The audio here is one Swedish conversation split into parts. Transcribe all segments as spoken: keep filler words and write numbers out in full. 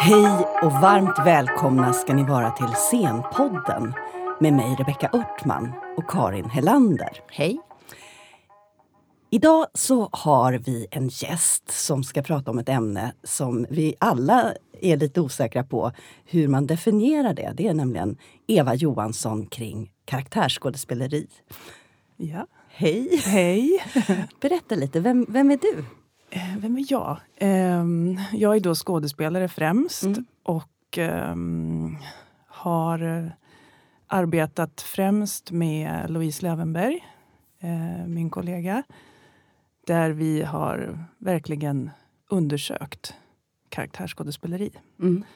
Hej och varmt välkomna ska ni vara till Scenpodden med mig Rebecka Örtman och Karin Helander. Hej! Idag så har vi en gäst som ska prata om ett ämne som vi alla är lite osäkra på hur man definierar det. Det är nämligen Eva Johansson kring karaktärsskådespeleri. Ja. Hej! Hej! Berätta lite, vem, vem är du? Vem är jag? Jag är då skådespelare främst mm. och um, har arbetat främst med Louise Löwenberg, uh, min kollega. Där vi har verkligen undersökt karaktärsskådespeleri. Mm.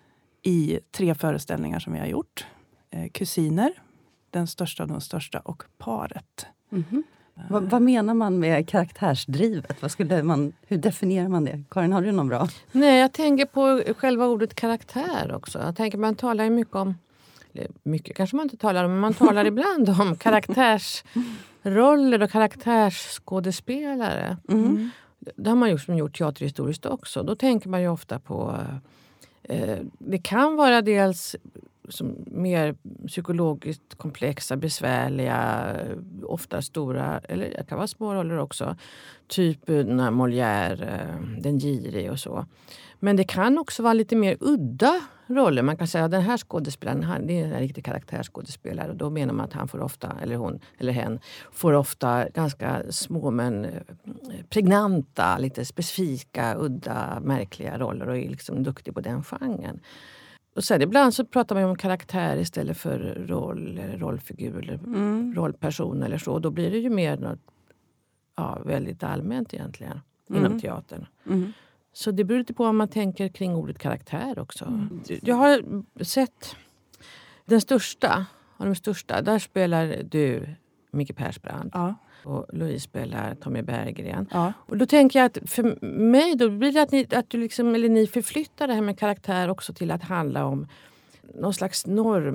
I tre föreställningar som vi har gjort. Uh, Kusiner, Den största av de största och Paret. Mm-hmm. Vad, vad menar man med karaktärsdrivet? Vad skulle man, hur definierar man det? Karin, har du någon bra? Nej, jag tänker på själva ordet karaktär också. Jag tänker man talar ju mycket om, mycket kanske man inte talar om, men man talar ibland om karaktärsroller och karaktärsskådespelare. Mm. Det har man ju som gjort teaterhistoriskt också. Då tänker man ju ofta på, eh, det kan vara dels som mer psykologiskt komplexa, besvärliga, ofta stora, eller det kan vara små roller också. Typ när Molière, Den girige och så. Men det kan också vara lite mer udda roller. Man kan säga att den här skådespelaren, han, det är en riktig karaktärsskådespelare. Och då menar man att han får ofta, eller hon, eller hen, får ofta ganska små men pregnanta, lite specifika, udda, märkliga roller och är liksom duktig på den genren. Och sen ibland så pratar man ju om karaktär istället för roll, rollfigur eller mm. rollperson eller så. Då blir det ju mer något, ja, väldigt allmänt egentligen mm. inom teatern. Mm. Så det beror lite på vad man tänker kring ordet karaktär också. Mm. Jag har sett den största, av de största, där spelar du Micke Persbrandt. Ja. Och Louise spelar Tommy Berggren. Ja. Och då tänker jag att för mig då blir det att ni, att du liksom, eller ni förflyttar det här med karaktär också till att handla om någon slags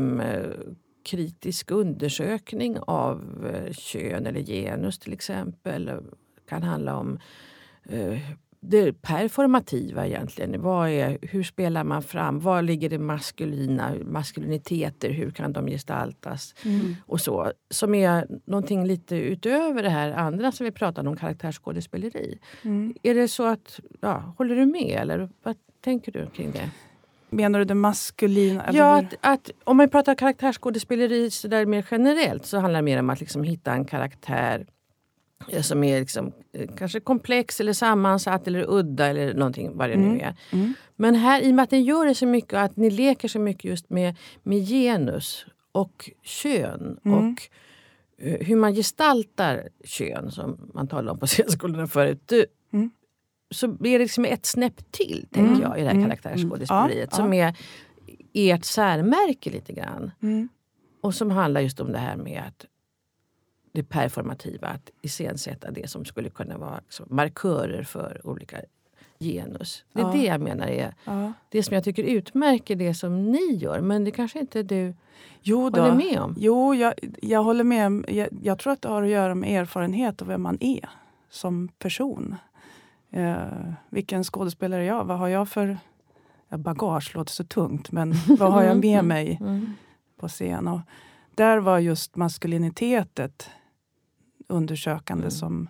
normkritisk undersökning av kön eller genus till exempel. Det kan handla om eh, det performativa egentligen. Vad är, hur spelar man fram? Var ligger det maskulina, maskuliniteter? Hur kan de gestaltas? Mm. Och så. Som är någonting lite utöver det här andra som vi pratade om, karaktärsskådespeleri. Mm. Är det så att, ja, håller du med? Eller vad tänker du kring det? Menar du det maskulina? Eller? Ja, att, att om man pratar karaktärsskådespeleri så där mer generellt så handlar det mer om att liksom hitta en karaktär som är liksom, kanske komplex eller sammansatt eller udda eller någonting vad det mm. nu är. Mm. Men här, i och med att ni gör det så mycket, att ni leker så mycket just med, med genus och kön mm. och uh, hur man gestaltar kön som man talar om på scenskolorna förut. Du, mm. så är det liksom ett snäpp till, tänker mm. jag, i det här mm. karaktärsskådespeleriet mm. som ja. är ert särmärke lite grann. Mm. Och som handlar just om det här med att det performativa, att iscensätta det som skulle kunna vara liksom markörer för olika genus. Det är ja. det jag menar är ja. det som jag tycker utmärker det som ni gör. Men det kanske inte du jo då. håller med om. Jo, jag, jag håller med. Jag, jag tror att det har att göra med erfarenhet och vem man är som person. Eh, vilken skådespelare är jag? Vad har jag för ja, bagage? Låter så tungt, men vad har jag med mig mm. på scen? Och där var just maskulinitetet undersökande mm. som,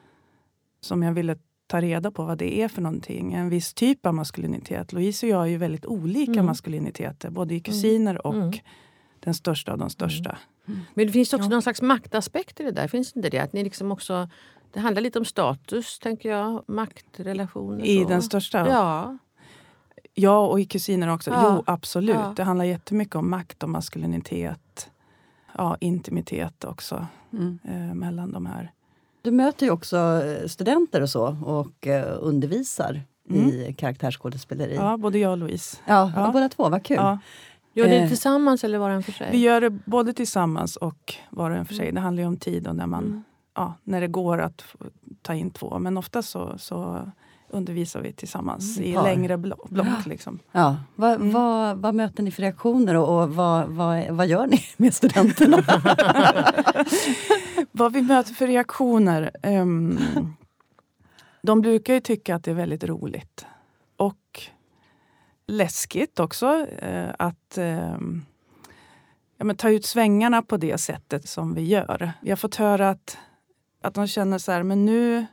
som jag ville ta reda på vad det är för någonting. En viss typ av maskulinitet. Louise och jag är ju väldigt olika mm. maskuliniteter. Både i Kusiner och mm. den största av de största. Mm. Mm. Men det finns också ja. någon slags maktaspekt i det där. Finns inte det? Att ni liksom också, det handlar lite om status, tänker jag. Maktrelationer. I så. Den största? Ja. Ja, och i Kusiner också. Ja. Jo, absolut. Ja. Det handlar jättemycket om makt och maskulinitet. Ja, intimitet också mm. eh, mellan de här. Du möter ju också studenter och så och eh, undervisar mm. i karaktärsskådespeleri. Ja, både jag och Louise. Ja, ja. båda två, vad kul. Ja. Gör ni det tillsammans eller var och en för sig? Vi gör det både tillsammans och var och en för sig. Det handlar ju om tid och när, man, mm. ja, när det går att ta in två. Men ofta så... så undervisar vi tillsammans mm, i längre block. block liksom. Ja. Va, mm. vad, vad möter ni för reaktioner och, och vad, vad, vad gör ni med studenterna? Vad vi möter för reaktioner? Um, de brukar ju tycka att det är väldigt roligt. Och läskigt också eh, att eh, ja, men ta ut svängarna på det sättet som vi gör. Vi har fått höra att, att de känner så här, men nu,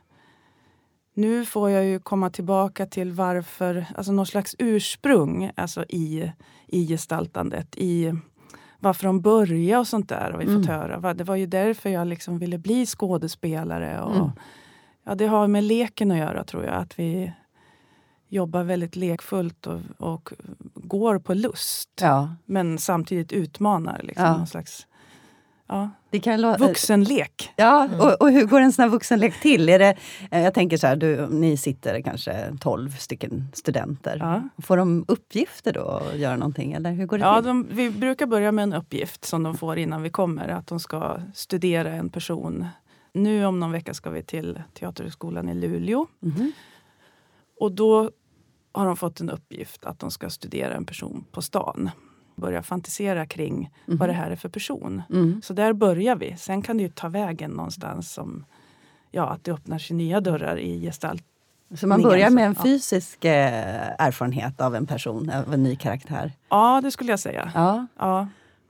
nu får jag ju komma tillbaka till varför, alltså någon slags ursprung alltså i, i gestaltandet, i varför de börjar och sånt där. Och vi har fått mm. höra. Det var ju därför jag liksom ville bli skådespelare. Och, mm. ja, det har med leken att göra, tror jag. Att vi jobbar väldigt lekfullt och, och går på lust. Ja. Men samtidigt utmanar liksom ja. någon slags ja, det kan låta... vuxenlek. Ja, och, och hur går en sån här vuxenlek till? Är det, jag tänker så här, du, ni sitter kanske tolv stycken studenter. Ja. Får de uppgifter då att göra någonting? Eller hur går det ja, till? De, vi brukar börja med en uppgift som de får innan vi kommer. Att de ska studera en person. Nu om någon vecka ska vi till Teaterhögskolan i Luleå. Mm-hmm. Och då har de fått en uppgift att de ska studera en person på stan. Börja fantisera kring mm. vad det här är för person. Mm. Så där börjar vi. Sen kan det ju ta vägen någonstans som ja, att det öppnar sig nya dörrar i gestalt. Så man börjar med en fysisk ja. erfarenhet av en person, av en ny karaktär? Ja, det skulle jag säga. Ja. Ja.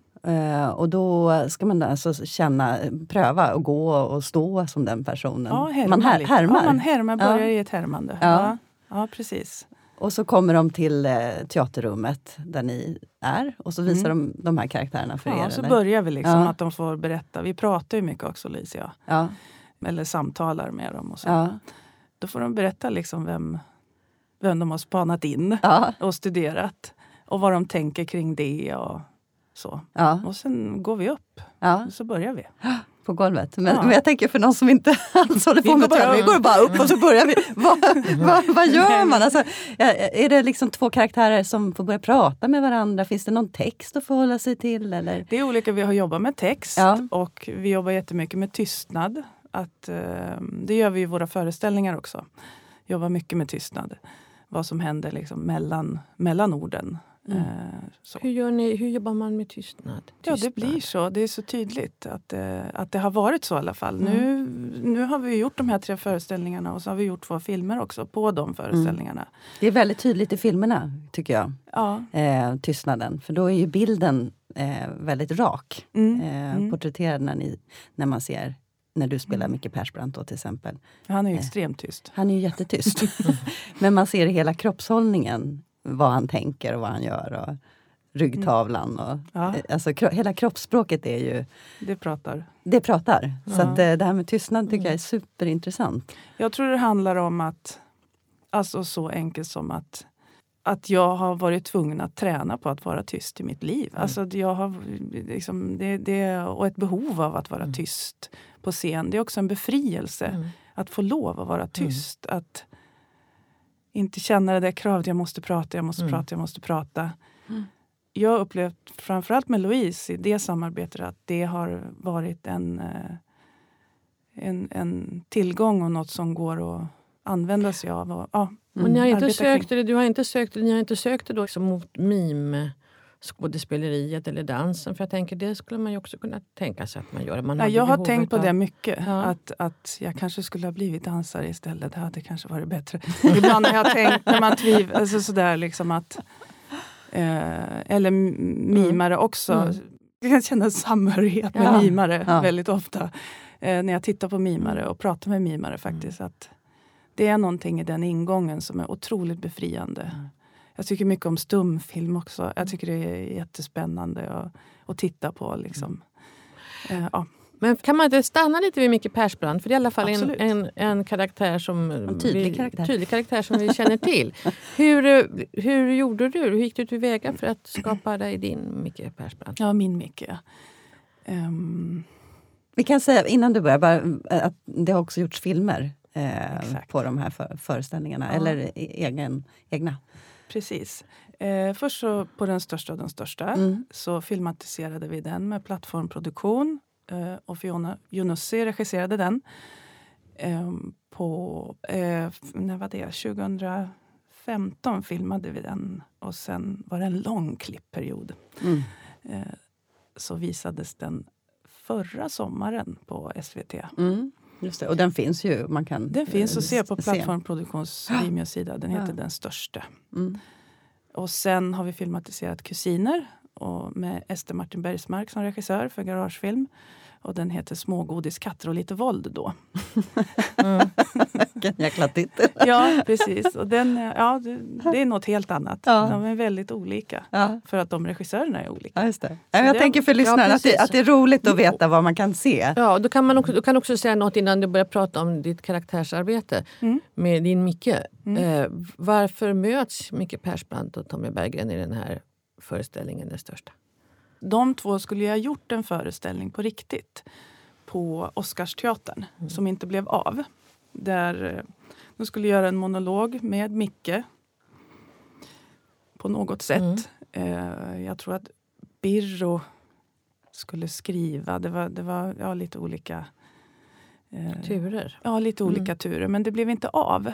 Uh, och då ska man alltså känna, pröva och gå och stå som den personen. Ja, härmar man här, härmar. Ja, man härmar, börjar ja. i ett härmande. Ja. Ja. Ja, precis. Och så kommer de till eh, teaterrummet där ni är. Och så visar mm. de de här karaktärerna för ja, er. Så eller? börjar vi liksom ja. att de får berätta. Vi pratar ju mycket också, Lise och jag. Ja. Eller samtalar med dem och så. Ja. Då får de berätta liksom vem, vem de har spanat in ja. och studerat. Och vad de tänker kring det och så. Ja. Och sen går vi upp. Ja. Och så börjar vi. På golvet. Men, ja. men jag tänker för någon som inte alls håller på med det. Vi går bara upp och så börjar vi. vad, vad, vad gör man? Alltså, är det liksom två karaktärer som får börja prata med varandra? Finns det någon text att förhålla sig till? Eller? Det är olika. Vi har jobbat med text. Ja. Och vi jobbar jättemycket med tystnad. Att, eh, det gör vi i våra föreställningar också. Jobbar mycket med tystnad. Vad som händer liksom mellan, mellan orden. Mm. Så. Hur, gör ni, hur jobbar man med tystnad? tystnad? Ja, det blir så. Det är så tydligt att, eh, att det har varit så i alla fall. Mm. Nu, nu har vi gjort de här tre föreställningarna och så har vi gjort två filmer också på de föreställningarna. Mm. Det är väldigt tydligt i filmerna, tycker jag. Ja. Eh, tystnaden. För då är ju bilden eh, väldigt rak. Mm. Eh, mm. Porträtterad när, ni, när man ser... När du spelar Micke Persbrandt då till exempel. Han är ju extremt tyst. Han är ju jättetyst. Men man ser hela kroppshållningen. Vad han tänker och vad han gör. Och ryggtavlan. Och, ja. Alltså kro- hela kroppsspråket är ju... Det pratar. Det pratar. Ja. Så att, det här med tystnad tycker mm. jag är superintressant. Jag tror det handlar om att... Alltså så enkelt som att... Att jag har varit tvungen att träna på att vara tyst i mitt liv. Mm. Alltså jag har liksom... Det, det, och ett behov av att vara mm. tyst på scen. Det är också en befrielse. Mm. Att få lov att vara tyst. Mm. Att inte känna det där kravet. Jag måste prata, jag måste mm. prata, jag måste prata. Mm. Jag har upplevt framförallt med Louise i det samarbetet att det har varit en, en, en tillgång och något som går att använda sig av. Och, ja, mm. ni har inte sökt det, du har inte sökt ni har inte sökt det då liksom mot mime skådespeleriet eller dansen, för jag tänker det skulle man ju också kunna tänka sig att man gör. Man ja, jag har tänkt på av... det mycket, ja. att, att jag kanske skulle ha blivit dansare istället. Det hade kanske varit bättre. Ibland har jag tänkt när man tvivlar, alltså sådär liksom att eh, eller mimare också. Mm. Jag kan känna samhörighet med ja. mimare ja. väldigt ofta. Eh, när jag tittar på mimare och pratar med mimare faktiskt. Mm. Att det är någonting i den ingången som är otroligt befriande. Mm. Jag tycker mycket om stumfilm också. Jag tycker det är jättespännande att, att titta på. Liksom. Eh, ja. Men kan man inte stanna lite vid Micke Persbrandt? För det är i alla fall en, en, en karaktär som en tydlig, vi, karaktär. tydlig karaktär som vi känner till. Hur, hur gjorde du? Hur gick du tillväga för att skapa dig din Micke Persbrandt? Ja, min Micke. Um... Vi kan säga innan du börjar bara, att det har också gjorts filmer eh, på de här för, föreställningarna. Ja. Eller egen, egna. Precis. Eh, först så på den största av den största mm. så filmatiserade vi den med plattformproduktion. Eh, och Fiona Junussi regisserade den. Eh, på, eh, när var det? tjugohundrafemton filmade vi den. Och sen var det en lång klippperiod. Mm. Eh, så visades den förra sommaren på S V T. Mm. Just det. Och den finns ju. Man kan den finns att se på plattformproduktions Vimeo-sida. Den heter ja. Den största. Mm. Och sen har vi filmatiserat Kusiner och med Ester Martin Bergsmark som regissör för Garagefilm. Och den heter Smågodis, katter och lite våld då. Mm. Vilken jäkla titel. Ja, precis. Och den, ja, det, det är något helt annat. Ja. De är väldigt olika. Ja. För att de regissörerna är olika. Ja, just det. Jag det, tänker för lyssnarna ja, att, det, att det är roligt att veta vad man kan se. Ja, då kan man också, du kan också säga något innan du börjar prata om ditt karaktärsarbete Mm. med din Micke. Mm. Eh, varför möts Micke Persbrandt och Tommy Berggren i den här föreställningen, den största? De två skulle ju ha gjort en föreställning på riktigt på Oscarsteatern mm. som inte blev av. Där de skulle göra en monolog med Micke på något sätt. Mm. Jag tror att Birro skulle skriva. Det var, det var ja, lite olika turer. Ja, lite olika mm. turer. Men det blev inte av.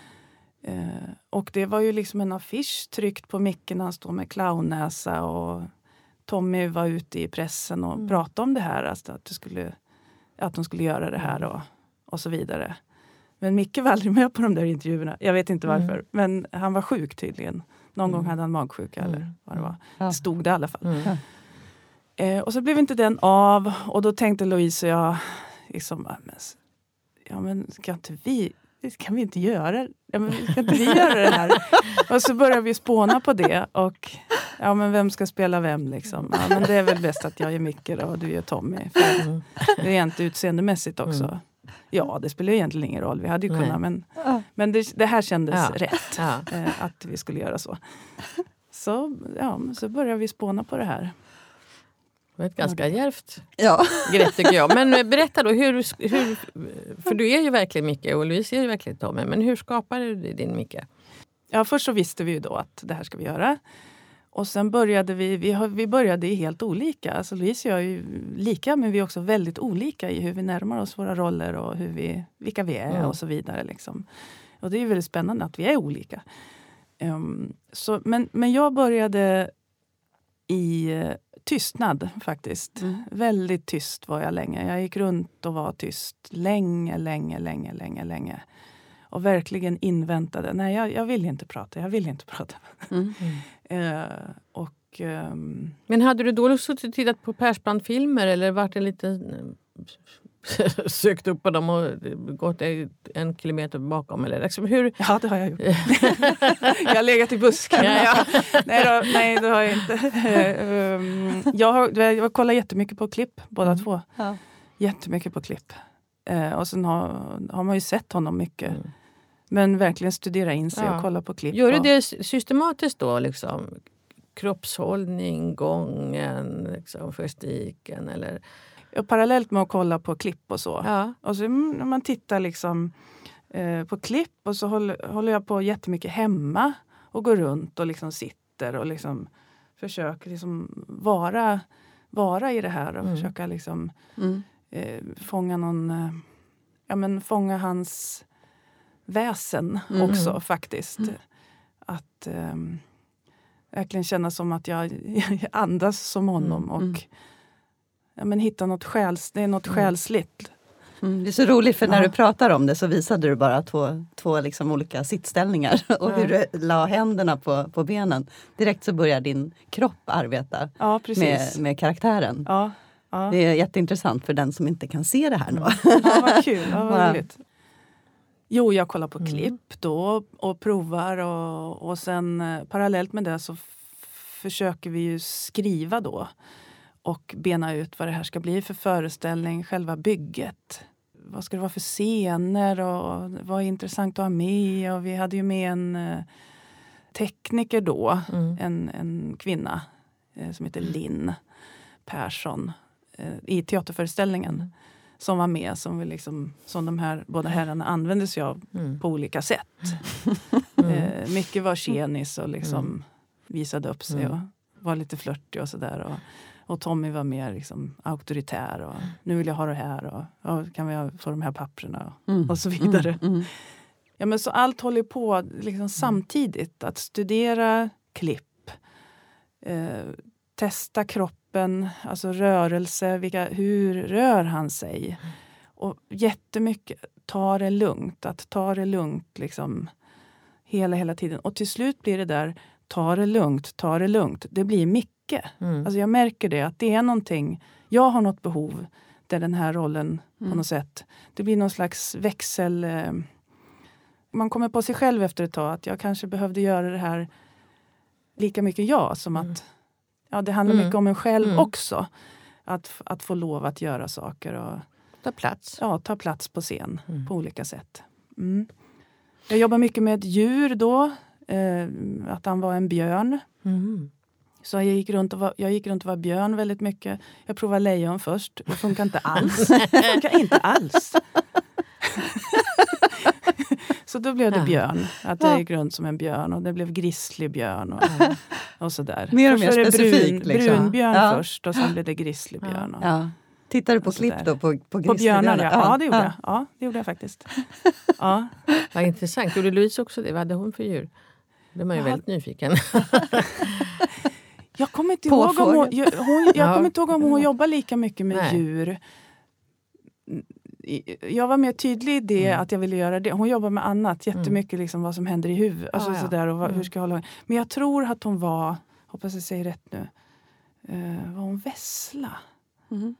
Och det var ju liksom en affisch tryckt på Micke när han står med clownnäsa och Tommy var ute i pressen och mm. pratade om det här. Alltså att, det skulle, att de skulle göra det här och, och så vidare. Men Micke var aldrig med på de där intervjuerna. Jag vet inte varför. Mm. Men han var sjuk tydligen. Någon mm. gång hade han magsjuka mm. eller vad det var. Ja. Det stod det i alla fall. Mm. Eh, och så blev inte den av. Och då tänkte Louise och jag liksom, ja men ska inte vi... kan vi inte göra ja, men ska inte vi göra det här? Och så började vi spåna på det. Och ja, men vem ska spela vem liksom? Ja, men det är väl bäst att jag är Micke då, och du är Tommy. För mm. det är inte utseendemässigt också. Mm. Ja, det spelar egentligen ingen roll. Vi hade ju kunnat, men, men det, det här kändes ja. rätt. Ja. Eh, att vi skulle göra så. Så, ja, så började vi spåna på det här. Det var ett ganska djärvt ja. grepp tycker jag. Men berätta då, hur, hur, för du är ju verkligen Micke och Louise är ju verkligen Tommy. Men hur skapade du din Micke? Ja, först så visste vi ju då att det här ska vi göra. Och sen började vi, vi, har, vi började i helt olika. Alltså Louise och jag är ju lika, men vi är också väldigt olika i hur vi närmar oss våra roller och hur vi, vilka vi är mm. och så vidare. Liksom. Och det är ju väldigt spännande att vi är olika. Um, så, men, men jag började i tystnad faktiskt. Mm. Väldigt tyst var jag länge. Jag gick runt och var tyst länge, länge, länge, länge, länge. Och verkligen inväntade. Nej, jag, jag vill inte prata. Jag vill inte prata. Mm. uh, och, um... Men hade du då suttit och tittat på Persbrandt-filmer eller varit en liten... sökt upp på dem och gått en kilometer bakom? Eller liksom, hur... Ja, det har jag gjort. Jag har legat i busken. Ja, ja. nej, då, nej, det har jag inte. jag, har, jag kollar jättemycket på klipp, båda mm. två. Ja. Jättemycket på klipp. Och sen har, har man ju sett honom mycket. Mm. Men verkligen studera in sig ja. och kolla på klipp. Gör du och... det systematiskt då? Liksom? Kroppshållning, gången, liksom, gestiken eller... Och parallellt med att kolla på klipp och så. Ja. Och så när man tittar liksom, eh, på klipp och så håller, håller jag på jättemycket hemma. Och går runt och liksom sitter och liksom försöker liksom vara, vara i det här. Och mm. försöka liksom mm. eh, fånga någon... Eh, ja men fånga hans väsen mm. också faktiskt. Mm. Att eh, verkligen känna som att jag, jag andas som honom och... Mm. Ja, men hitta något själs, det är något mm. själsligt. Mm, det är så roligt för när ja. du pratar om det så visade du bara två, två liksom olika sittställningar och ja. hur du la händerna på, på benen. Direkt så börjar din kropp arbeta ja, med, med karaktären. Ja, ja. Det är jätteintressant för den som inte kan se det här nu. Ja, vad kul, ja, vad roligt. Jo, jag kollar på mm. klipp då och provar och, och sen eh, parallellt med det så f- försöker vi ju skriva då. Och bena ut vad det här ska bli för föreställning, själva bygget. Vad ska det vara för scener och vad är intressant att ha med. Och vi hade ju med en eh, tekniker då, mm. en, en kvinna eh, som heter Linn Persson eh, i teaterföreställningen. Mm. Som var med, som, vi liksom, som de här båda herrarna använde sig av mm. på olika sätt. Mm. Eh, mycket var tjenis och liksom mm. visade upp sig och var lite flörtig och sådär. Och, Och Tommy var mer liksom auktoritär och nu vill jag ha det här och, och kan vi få de här papperna och, mm. och så vidare. Mm. Mm. Ja, men så allt håller på liksom samtidigt. Att studera klipp, eh, testa kroppen, alltså rörelse, vilka, hur rör han sig? Och jättemycket, ta det lugnt, att ta det lugnt liksom hela, hela tiden. Och till slut blir det där ta det lugnt, ta det lugnt. Det blir mycket. Mm. Alltså jag märker det, att det är någonting. Jag har något behov där den här rollen Mm. på något sätt. Det blir någon slags växel. Eh, man kommer på sig själv efter ett tag att jag kanske behövde göra det här lika mycket jag som Mm. att ja, det handlar Mm. mycket om en själv Mm. också. Att, att få lov att göra saker och Ta plats. ja, ta plats på scen Mm. på olika sätt. Mm. Jag jobbar mycket med ett djur då. Eh, att han var en björn. Mm. Så jag gick, runt och var, jag gick runt och var björn väldigt mycket. Jag provade lejon först. Det funkar inte alls. Det funkar inte alls. Så då blev det Ja. björn. Att jag gick runt som en björn. Och det blev grizzlybjörn och, och sådär. Mer och Först mer var det specifikt, brun, liksom. brunbjörn Ja. först. Och sen blev det grizzlybjörn. Och, Ja. Tittar du på Och så klipp där. då? På, på, På björnar, grizzlybjörnar? ja. Ja, det gjorde jag. Ja, det gjorde jag faktiskt. Ja. Vad intressant. Gjorde Louise också det? Vad hade hon för djur? Då är man ju Ja. väldigt nyfiken. Jag kommer inte ihåg om hon, Påfågel. jag, hon, jag Ja. kommer inte ihåg om hon jobbar lika mycket med Nej. djur. Jag var mer tydlig i det Mm. att jag ville göra det. Hon jobbar med annat. Jättemycket liksom vad som händer i huvudet. Alltså Ah, ja. sådär, och vad, Mm. hur ska jag hålla. Men jag tror att hon var, hoppas jag säger rätt nu. Uh, var hon Vessla? Mm.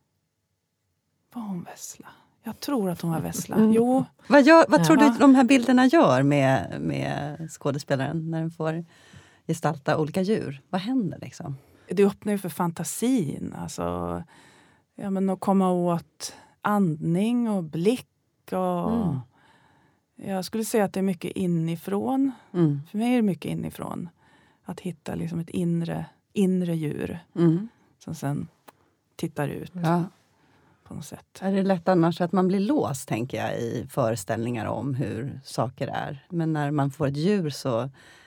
Var hon Vessla? Jag tror att hon var Vessla. Mm. Jo, Vad, gör, vad tror Ja. du de här bilderna gör med, med skådespelaren när den får gestalta olika djur? Vad händer liksom? det öppnar ju för fantasin. Alltså, ja, men att komma åt andning och blick. Och Mm. Jag skulle säga att det är mycket inifrån. Mm. För mig är det mycket inifrån. Att hitta liksom ett inre, inre djur Mm. som sen tittar ut Ja. på något sätt. Är det lätt annars att man blir låst, tänker jag, i föreställningar om hur saker är? Men när man får ett djur så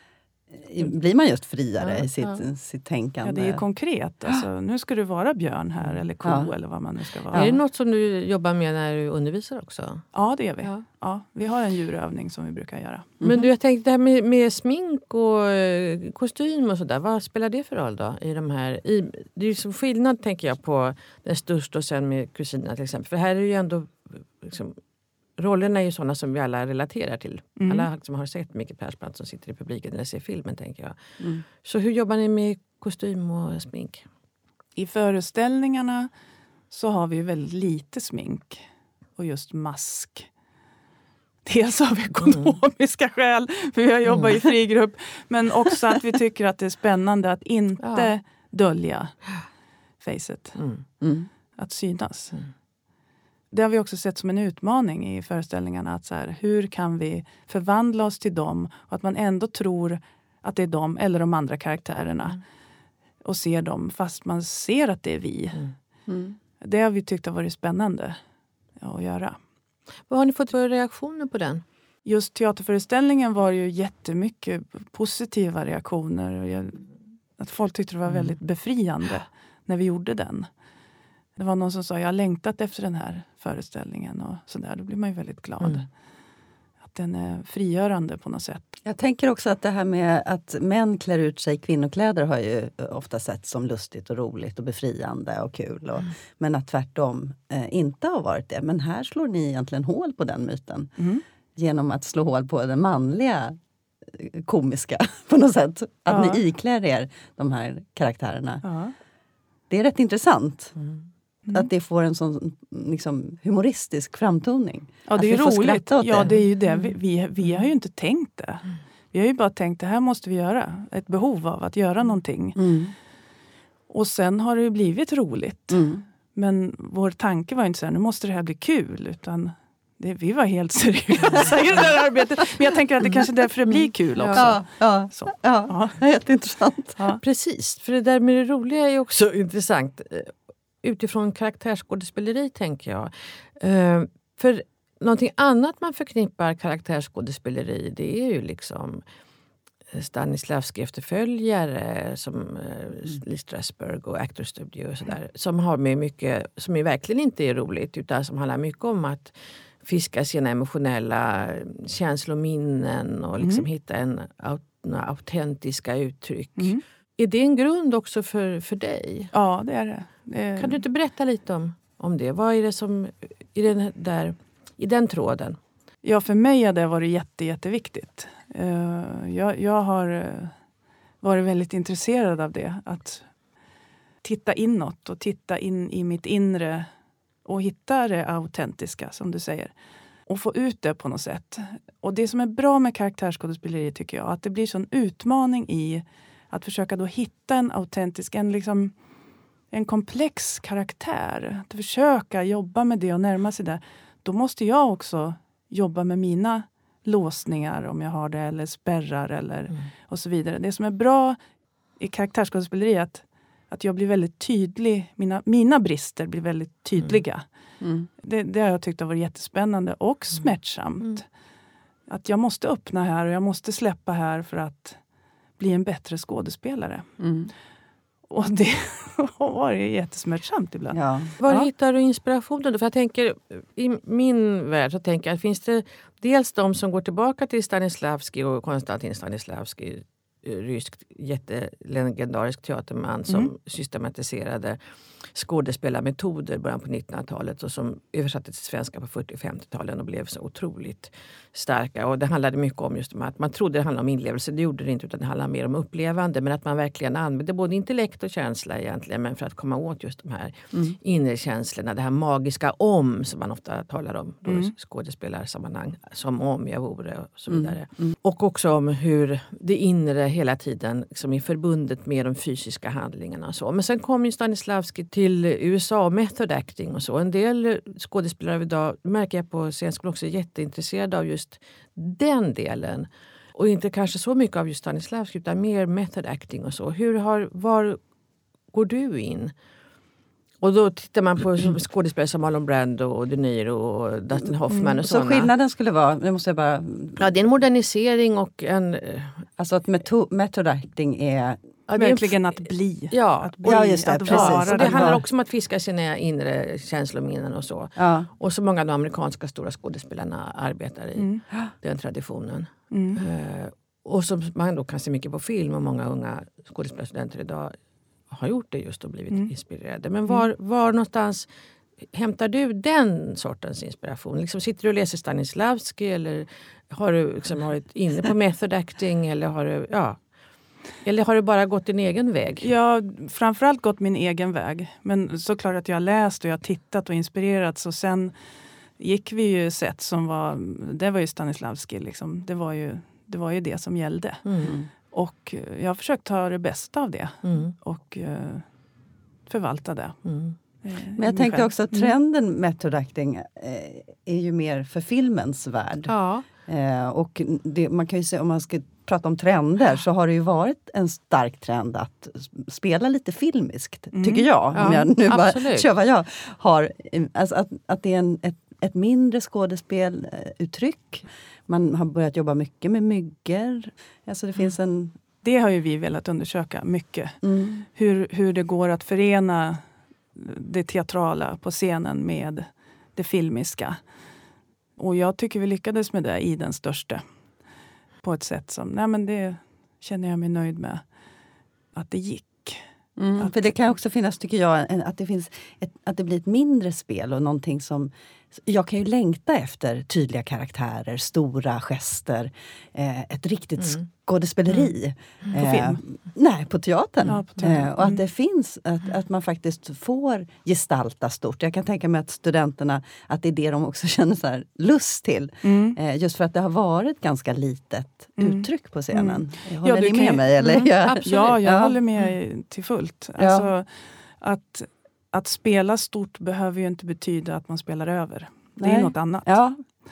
eh, blir man just friare Ja, i sitt, ja. sitt tänkande. Ja, det är ju konkret. Alltså, nu ska du vara björn här eller ko Ja. eller vad man nu ska vara. Är Ja, det något som du jobbar med när du undervisar också? ja det gör vi. Ja. Ja, vi har en djurövning som vi brukar göra. Men du, jag tänkte det här med, med smink och eh, kostym och sådär. Vad spelar det för roll då? I de här, i, det är ju som skillnad, tänker jag, på den största och sen med kusinerna till exempel. För här är ju ändå liksom, rollerna är ju sådana som vi alla relaterar till. Mm. Alla liksom har sett Micke Persbrandt som sitter i publiken eller ser filmen, tänker jag. Mm. Så hur jobbar ni med kostym och smink? I föreställningarna så har vi ju väldigt lite smink och just mask. Dels av ekonomiska skäl, för jag jobbar i frigrupp. Men också att vi tycker att det är spännande att inte Ja. dölja facet. Mm. Mm. Att synas. Mm. Det har vi också sett som en utmaning i föreställningarna. Att så här, hur kan vi förvandla oss till dem och att man ändå tror att det är dem eller de andra karaktärerna. Mm. Och ser dem fast man ser att det är vi. Mm. Mm. Det har vi tyckt har varit spännande att göra. Vad har ni fått för reaktioner på den? Just teaterföreställningen var ju jättemycket positiva reaktioner. Och jag, att folk tyckte det var Mm. väldigt befriande när vi gjorde den. Det var någon som sa, jag har längtat efter den här föreställningen. Och så där. Då blir man ju väldigt glad. Mm. Att den är frigörande på något sätt. Jag tänker också att det här med att män klär ut sig i kvinnokläder har ju ofta sett som lustigt och roligt och befriande och kul. Och, Mm. Men att tvärtom eh, inte har varit det. Men här slår ni egentligen hål på den myten. Mm. Genom att slå hål på den manliga eh, komiska på något sätt. Att Ja. ni iklär er de här karaktärerna. Ja. Det är rätt intressant. Mm. Mm. Att det får en sån liksom, humoristisk framtoning. Ja, Att det är vi ju får roligt. skratta åt Ja, det. det är ju det. Vi, vi, vi har ju inte tänkt det. Mm. Vi har ju bara tänkt, det här måste vi göra. Ett behov av att göra någonting. Mm. Och sen har det ju blivit roligt. Mm. Men vår tanke var inte så här, nu måste det här bli kul. Utan det, vi var helt seriösa i det här arbetet. Men jag tänker att det kanske är därför det blir kul också. Ja, ja, Så. ja. Ja. Jätteintressant. Ja. Precis, för det där med det roliga är också intressant. eh, Utifrån karaktärsskådespeleri, tänker jag. Eh, för någonting annat man förknippar karaktärsskådespeleri, det är ju liksom Stanislavski efterföljare som eh, Lee Strasberg och Actor Studio och sådär. Som har med mycket, som är verkligen inte är roligt, utan som handlar mycket om att fiska sina emotionella känslominnen och liksom Mm. hitta en, aut- några autentiska uttryck. Mm. Är det en grund också för, för dig? Ja, det är det. det är... Kan du inte berätta lite om, om det? Vad är det som i den, där, i den tråden? Ja, för mig har det varit jätte, jätteviktigt. Uh, jag, jag har uh, varit väldigt intresserad av det. Att titta inåt och titta in i mitt inre och hitta det autentiska, som du säger. Och få ut det på något sätt. Och det som är bra med karaktärsskådespeleri tycker jag, att det blir sån utmaning i att försöka då hitta en autentisk, en liksom en komplex karaktär. Att försöka jobba med det och närma sig det. Då måste jag också jobba med mina låsningar, om jag har det, eller spärrar eller mm. och så vidare. Det som är bra i karaktärsskådespeleri är att, att jag blir väldigt tydlig. Mina, mina brister blir väldigt tydliga. Mm. Mm. Det, det har jag tyckt har varit jättespännande och smärtsamt. Mm. Att jag måste öppna här och jag måste släppa här för att bli en bättre skådespelare. Mm. Och det har varit jättesmärtsamt ibland. Ja. Var ja. hittar du inspirationen då? För jag tänker, i min värld så tänker jag, finns det dels de som går tillbaka till Stanislavski och Konstantin Stanislavski, rysk jättelegendarisk teaterman som mm. systematiserade skådespelarmetoder i början på nittonhundratalet och som översatte till svenska på fyrtio- och femtio-talen och blev så otroligt starka. Och det handlade mycket om just att man trodde det handlade om inlevelse, det gjorde det inte, utan det handlade mer om upplevande, men att man verkligen använde både intellekt och känsla egentligen, men för att komma åt just de här mm. inre känslorna, det här magiska om som man ofta talar om då mm. skådespelarsammanhang, som om jag vore och så vidare. Mm. Mm. Och också om hur det inre hela tiden liksom är förbundet med de fysiska handlingarna och så. Men sen kom ju Stanislavski till U S A och method acting och så. En del skådespelare idag märker jag på scenskolan också är jätteintresserade av just den delen. Och inte kanske så mycket av just Stanislavski utan mer method acting och så. Hur har, var går du in? Och då tittar man på skådespelare som Marlon Brando och De Niro och Dustin Hoffman mm, och så sådana. Så skillnaden skulle vara, det måste jag bara... Ja, det är en modernisering och en... Alltså att meto- method acting är... Ja, verkligen att bli. Ja, att bli, ja just det. Att Precis. vara. Och det handlar också om att fiska sina inre känslominnen och så. Ja. Och så många av de amerikanska stora skådespelarna arbetar i mm. den traditionen. Mm. Uh, och som man då kan se mycket på film och många unga skådespelarstudenter idag har gjort det just och blivit mm. inspirerade. Men var, var någonstans hämtar du den sortens inspiration? Liksom, sitter du och läser Stanislavski eller har du liksom varit inne på method acting eller har du, ja... Eller har du bara gått din egen väg? Jag har framförallt gått min egen väg. Men såklart att jag har läst och jag har tittat och inspirerats. Och sen gick vi ju sätt som var... Det var ju Stanislavski liksom. Det var ju det, var ju det som gällde. Mm. Och jag har försökt ta det bästa av det. Mm. Och uh, förvalta det. Mm. Men jag tänkte också att trenden method acting eh, är ju mer för filmens värld. Ja. Eh, och det, man kan ju se, om man ska prata om trender, så har det ju varit en stark trend att spela lite filmiskt, mm. tycker jag. Ja, om jag nu bara kör vad jag har. Alltså att, att det är en, ett, ett mindre skådespeluttryck. Man har börjat jobba mycket med myggor. Alltså det finns en... Det har ju vi velat undersöka mycket. Mm. Hur, hur det går att förena det teatrala på scenen med det filmiska. Och jag tycker vi lyckades med det i den största. På ett sätt som, nej men det känner jag mig nöjd med. Att det gick. Mm, att, för det kan också finnas, tycker jag, en, att det finns ett, att det blir ett mindre spel och någonting som... Jag kan ju längta efter tydliga karaktärer, stora gester, eh, ett riktigt mm. skådespeleri. Mm. På film? Eh, nej, på teatern. Ja, på teatern. Eh, och att det finns, att, att man faktiskt får gestalta stort. Jag kan tänka mig att studenterna, att det är det de också känner så här lust till. Mm. Eh, just för att det har varit ganska litet mm. uttryck på scenen. Mm. Håller ja, ni med ju... mig? Eller? Mm. Ja, ja, jag ja. håller med till fullt. Alltså, ja. att... Att spela stort behöver ju inte betyda att man spelar över. Det Nej. är något annat. Ja.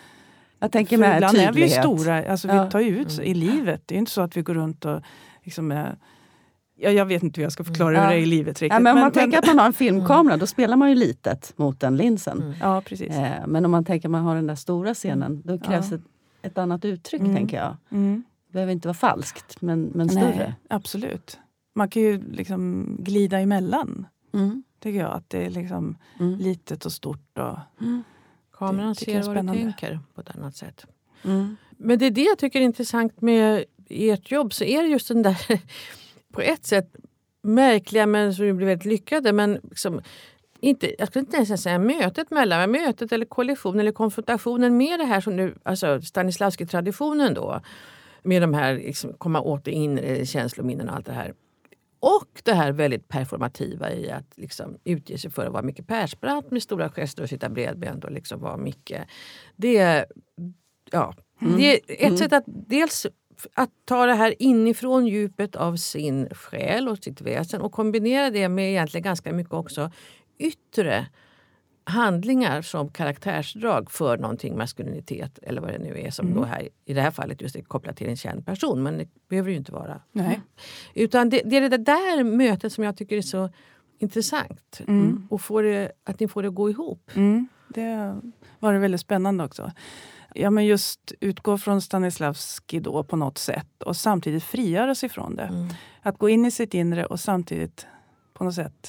Jag tänker med ibland tydlighet. är vi ju stora. Alltså ja. vi tar ju ut mm. i livet. Det är inte så att vi går runt och liksom är, ja, jag vet inte hur jag ska förklara ja. hur det är i livet riktigt. Ja, men om man men, tänker att man har en filmkamera, då spelar man ju litet mot den linsen. Mm. Ja, precis. Eh, men om man tänker att man har den där stora scenen, då krävs ja. ett, ett annat uttryck, mm. tänker jag. Mm. Det behöver inte vara falskt, men, men större. Nej, absolut. Man kan ju liksom glida emellan. Mm. Tycker jag att det är liksom mm. litet och stort. Och mm. Kameran ser vad du tänker på ett annat sätt. Mm. Men det är det jag tycker är intressant med ert jobb. Så är det just den där på ett sätt märkliga men som blir väldigt lyckade. Men liksom, inte, jag skulle inte ens säga mötet mellan mötet eller koalition eller konfrontationen med det här som nu, alltså Stanislavski-traditionen då. med de här, liksom, komma åt det inre känslominnen och allt det här. Och det här väldigt performativa i att liksom utge sig för att vara mycket Persbrandt med stora gester och sitta bredbent och liksom vara mycket. Det är, ja, mm. det är ett mm. sätt att dels att ta det här inifrån djupet av sin själ och sitt väsen och kombinera det med egentligen ganska mycket också yttre handlingar som karaktärsdrag för någonting, maskulinitet eller vad det nu är som mm. då här i det här fallet just är kopplat till en känd person, men det behöver ju inte vara. Nej. Utan det, det är det där mötet som jag tycker är så intressant mm. och får det, att ni får det att gå ihop. Mm. Det var det väldigt spännande också. Ja, men just utgå från Stanislavski då på något sätt och samtidigt frigöra sig från det. Mm. Att gå in i sitt inre och samtidigt på något sätt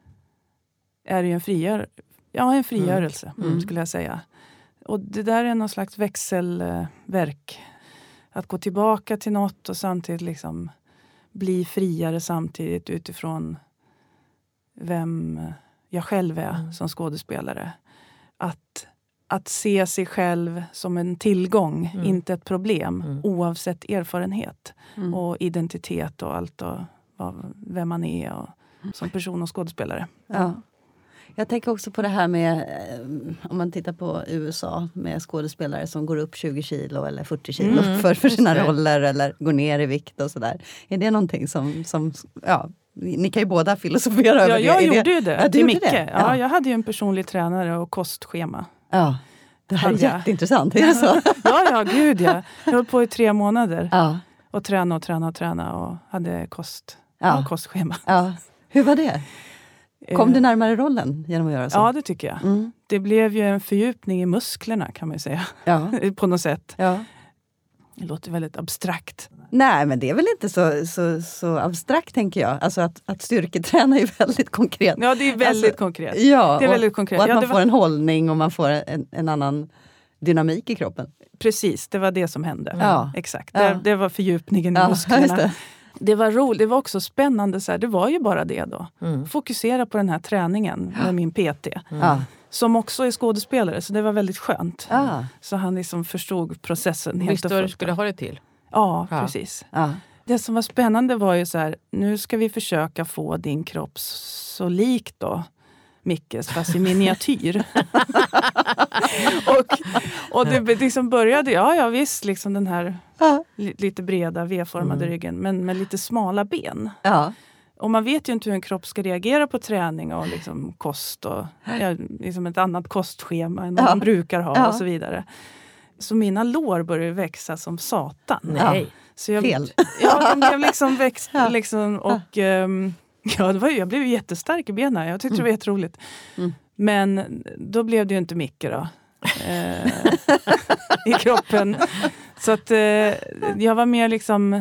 är det ju en frigör Ja, en frigörelse mm. skulle jag säga. Och det där är någon slags växelverk. Att gå tillbaka till något och samtidigt liksom bli friare samtidigt utifrån vem jag själv är mm. som skådespelare. Att, att se sig själv som en tillgång, mm. inte ett problem, mm. oavsett erfarenhet mm. och identitet och allt och vem man är och, som person och skådespelare. Ja. Jag tänker också på det här med, om man tittar på U S A med skådespelare som går upp tjugo kilo eller fyrtio kilo mm, för, för sina roller eller går ner i vikt och sådär. Är det någonting som, som ja, ni kan ju båda filosofera över ja, det. Jag är gjorde det, ju det, ja, till Micke. Det? Ja. Ja, jag hade ju en personlig tränare och kostschema. Ja, det här är hade jätteintressant. Är det så? ja, ja, gud ja. Jag höll på i tre månader ja. och träna och träna och träna och hade kost, ja. och kostschema. Ja. Hur var det? Kom du närmare rollen genom att göra så? Ja, det tycker jag. Mm. Det blev ju en fördjupning i musklerna kan man ju säga. Ja. På något sätt. Ja. Det låter väldigt abstrakt. Nej, men det är väl inte så, så, så abstrakt tänker jag. Alltså att, att styrketräna är väldigt konkret. Ja, det är väldigt alltså, konkret. Ja, det är och, väldigt konkret. och att ja, man var... får en hållning och man får en, en annan dynamik i kroppen. Precis, det var det som hände. Ja. Exakt, ja. Det, det var fördjupningen i ja, musklerna. Det. det var roligt, det var också spännande. Så här. Det var ju bara det då. Mm. Fokusera på den här träningen med min P T. Mm. Ja. Som också är skådespelare, så det var väldigt skönt. Ja. Så han liksom förstod processen helt Visst och vad du fullt. skulle ha det till? Ja, ja. precis. Ja. Det som var spännande var ju så här, nu ska vi försöka få din kropp så lik då Mickes, fast i miniatyr. och, och det liksom började, ja ja visst, liksom den här ja. li, lite breda V-formade mm. ryggen, men med lite smala ben. Ja. Och man vet ju inte hur en kropp ska reagera på träning och liksom kost och ja, liksom ett annat kostschema än ja. man brukar ha ja. och så vidare. Så mina lår började växa som satan. Nej. Så jag, Fel. Ja, de blev liksom växt ja. liksom, och um, ja, det var ju, jag blev ju jättestark i benen. Jag tyckte mm. det var jätteroligt. Mm. Men då blev det ju inte mycket då. Eh, I kroppen. Så att eh, jag var mer liksom...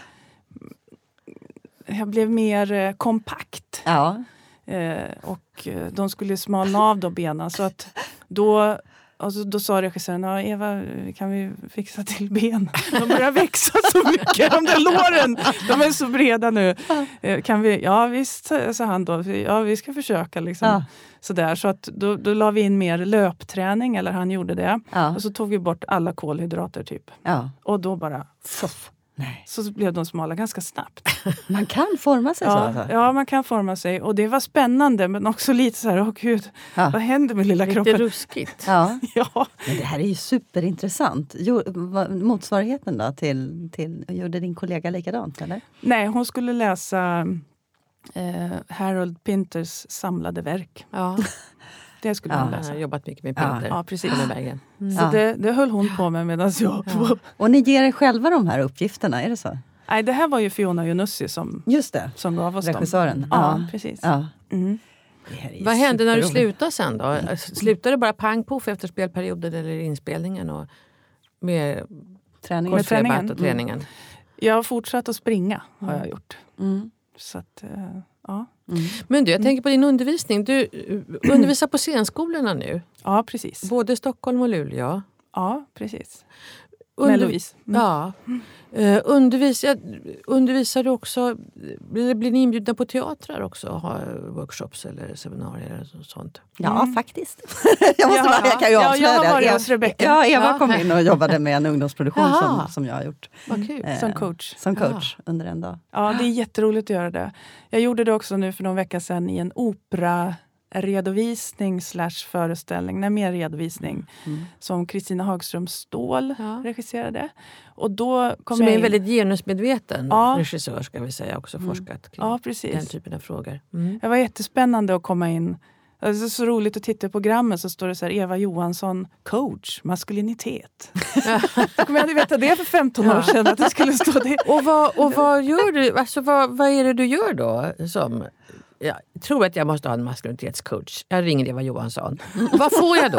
Jag blev mer eh, kompakt. Ja. Eh, och eh, de skulle smalna av då benen. Så att då... Alltså, då sa regissören, ja, Eva, kan vi fixa till ben? De börjar växa så mycket, de där låren. De är så breda nu. Kan vi, ja visst, sa han då. Ja, vi ska försöka liksom. Ja. Sådär, så att då, då la vi in mer löpträning, eller han gjorde det. Ja. Och så tog vi bort alla kolhydrater typ. Ja. Och då bara, fuff. Nej. Så blev de smala ganska snabbt. Man kan forma sig ja, så alltså. Ja, man kan forma sig. Och det var spännande, men också lite så här, åh gud, ja. vad händer med lilla lite kroppen? Lite ruskigt. Ja. ja. Men det här är ju superintressant. Jo, motsvarigheten då till, till, gjorde din kollega likadant, eller? Nej, hon skulle läsa eh, Harold Pinters samlade verk. Ja. Det skulle ja, hon läsa. Jag har jobbat mycket med Pinter. Ja, precis. Mm. Så det, det höll hon på med medan jag... Ja. Och ni ger er själva de här uppgifterna, är det så? Nej, det här var ju Fiona Junussi som, Just det. som gav oss regissören. dem. Ja, ja, precis. Ja. Mm. Vad hände när du slutade sen då? Slutade det bara pang poff efter spelperioden eller inspelningen? Och med träningen? Med träningen. Och träningen. Mm. Jag har fortsatt att springa, har mm. jag gjort. Mm. Så att, ja. Mm. Men du, jag tänker på din undervisning. Du undervisar på scenskolorna nu. Ja, precis. Både Stockholm och Luleå. Ja, precis. Under- med Louise. Mm. Ja. Uh, undervisar, undervisar du också, blir, blir ni inbjudna på teatrar också? Ha workshops eller seminarier och sånt? Ja, Mm. faktiskt. jag, måste bara, jag kan ju ja, avslöja jag det. har varit hos Rebecca. Ja, Eva Ja. kom in och jobbade med en ungdomsproduktion Jaha. som, som jag har gjort. Vad kul. Eh, Som coach. Som coach under en dag. Ja, det är jätteroligt att göra det. Jag gjorde det också nu för någon vecka sedan i en opera redovisning slash föreställning, nej mer redovisning Mm. som Kristina Hagström Ståhl Ja. regisserade. Och då kom Som jag är en in. väldigt genusmedveten Ja. regissör ska vi säga, också forskat kring Ja, den precis. typen av frågor. Mm. Det var jättespännande att komma in. Det är så roligt att titta på programmet, så står det så här: Eva Johansson, coach, maskulinitet. Kommer jag hade vetat det för femton år sedan att det skulle stå det. Och, vad, och vad gör du? Alltså, vad, vad är det du gör då? Som, jag tror att jag måste ha en maskulinitetscoach. Jag ringer Eva Johansson. Vad får jag då?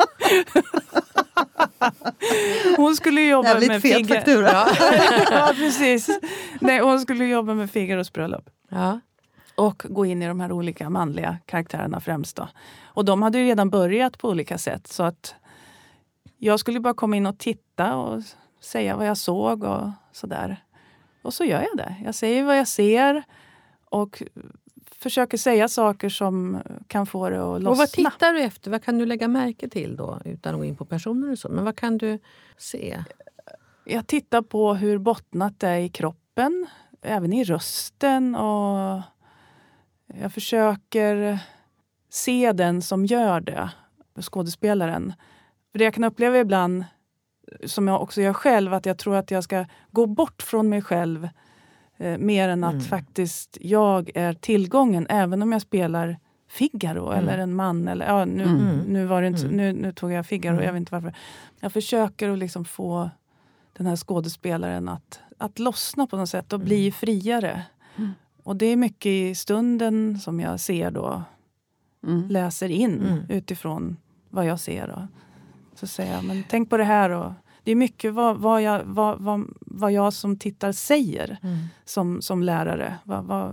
Hon skulle jobba Jävligt med fet Figaro. faktura. Ja. Ja, precis. Nej, hon skulle jobba med Figaros bröllop. Ja. Och gå in i de här olika manliga karaktärerna främst då. Och de hade ju redan börjat på olika sätt. Så att jag skulle bara komma in och titta och säga vad jag såg och sådär. Och så gör jag det. Jag säger vad jag ser och försöker säga saker som kan få det att lossna. Och vad tittar du efter? Vad kan du lägga märke till då? Utan att gå in på personer och så. Men vad kan du se? Jag tittar på hur bottnat det är i kroppen. Även i rösten. Och jag försöker se den som gör det. Skådespelaren. För det jag kan uppleva ibland, som jag också gör själv, att jag tror att jag ska gå bort från mig själv. Eh, mer än att Mm. faktiskt jag är tillgången. Även om jag spelar Figaro Mm. eller en man. Eller, ja, nu, Mm. nu, var det inte, Mm. nu, nu tog jag Figaro, Mm. jag vet inte varför. Jag försöker att liksom få den här skådespelaren att, att lossna på något sätt och bli friare. Mm. Och det är mycket i stunden som jag ser då, Mm. läser in Mm. utifrån vad jag ser. Då. Så säger jag, men tänk på det här. Och det är mycket vad, vad, jag, vad, vad, vad jag som tittar säger Mm. som, som lärare. Vad, vad,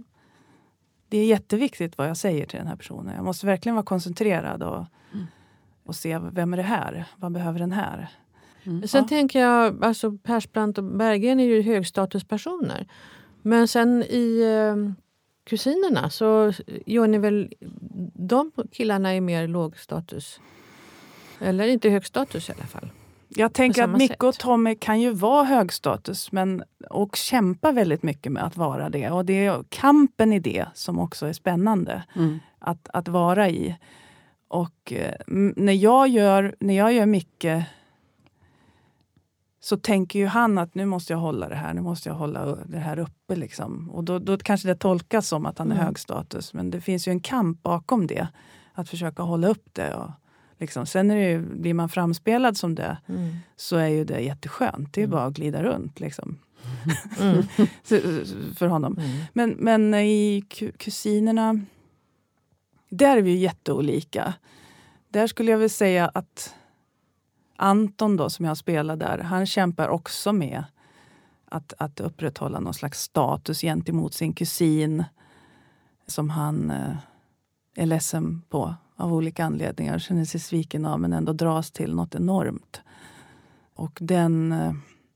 det är jätteviktigt vad jag säger till den här personen. Jag måste verkligen vara koncentrerad och, Mm. och se, vem är det här? Vad behöver den här? Mm. Sen Ja. tänker jag, alltså Persbrandt och Berggren är ju högstatuspersoner. Men sen i eh, Kusinerna så gör ni väl, de killarna är mer lågstatus. Eller inte högstatus i alla fall. Jag tänker samma att Micke sätt. och Tommy kan ju vara högstatus men, och kämpa väldigt mycket med att vara det. Och det är kampen i det som också är spännande Mm. att, att vara i. Och eh, m- när jag gör, när jag gör Micke så tänker ju han att nu måste jag hålla det här, nu måste jag hålla det här uppe liksom. Och då, då kanske det tolkas som att han är Mm. hög status. Men det finns ju en kamp bakom det. Att försöka hålla upp det. Och liksom. Sen är det ju, blir man framspelad som det Mm. så är ju det jätteskönt. Det är bara att glida runt liksom. Mm. Så, för honom. Mm. Men, men i ku- Kusinerna, där är vi ju jätteolika. Där skulle jag väl säga att Anton då, som jag spelar där, han kämpar också med att, att upprätthålla någon slags status gentemot sin kusin som han eh, är ledsen på av olika anledningar, känner sig sviken av men ändå dras till något enormt. Och den eh,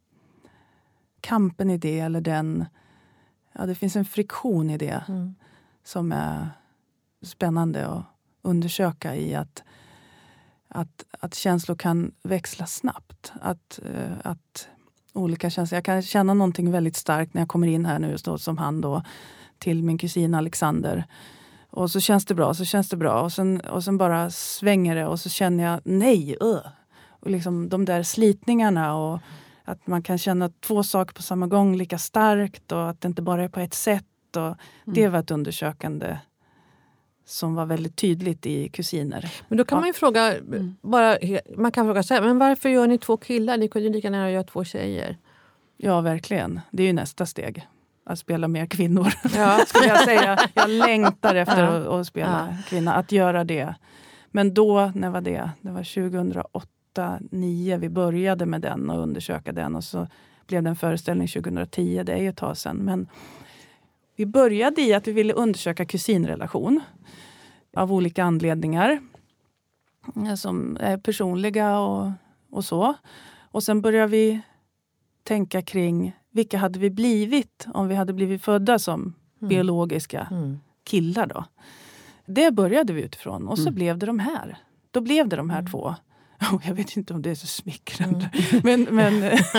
kampen i det, eller den, ja, det finns en friktion i det Mm. som är spännande att undersöka i att Att, att känslor kan växla snabbt. Att, eh, att olika känslor. Jag kan känna någonting väldigt starkt när jag kommer in här nu så, som han då till min kusin Alexander. Och så känns det bra, så känns det bra. Och sen, och sen bara svänger det och så känner jag nej. Uh. Och liksom de där slitningarna och att man kan känna två saker på samma gång lika starkt och att det inte bara är på ett sätt. Och det var ett undersökande som var väldigt tydligt i Kusiner. Men då kan Ja. man ju fråga, bara, man kan fråga så här, men varför gör ni två killar? Ni kunde ju lika gärna göra två tjejer. Ja, verkligen. Det är ju nästa steg. Att spela mer kvinnor. Ja. Skulle jag säga. Jag längtar efter Ja. att, att spela Ja. kvinna. Att göra det. Men då, när var det? Det var tjugohundraåtta nio vi började med den och undersöka den. Och så blev det en föreställning tjugohundratio. Det är ju ett tag sedan. Men vi började i att vi ville undersöka kusinrelation. Av olika anledningar. Som är personliga och, och så. Och sen börjar vi tänka kring vilka hade vi blivit om vi hade blivit födda som mm. biologiska mm. killar då. Det började vi utifrån och så mm. blev det de här. Då blev det de här mm. två. Jag vet inte om det är så smickrande. Mm. Men, men,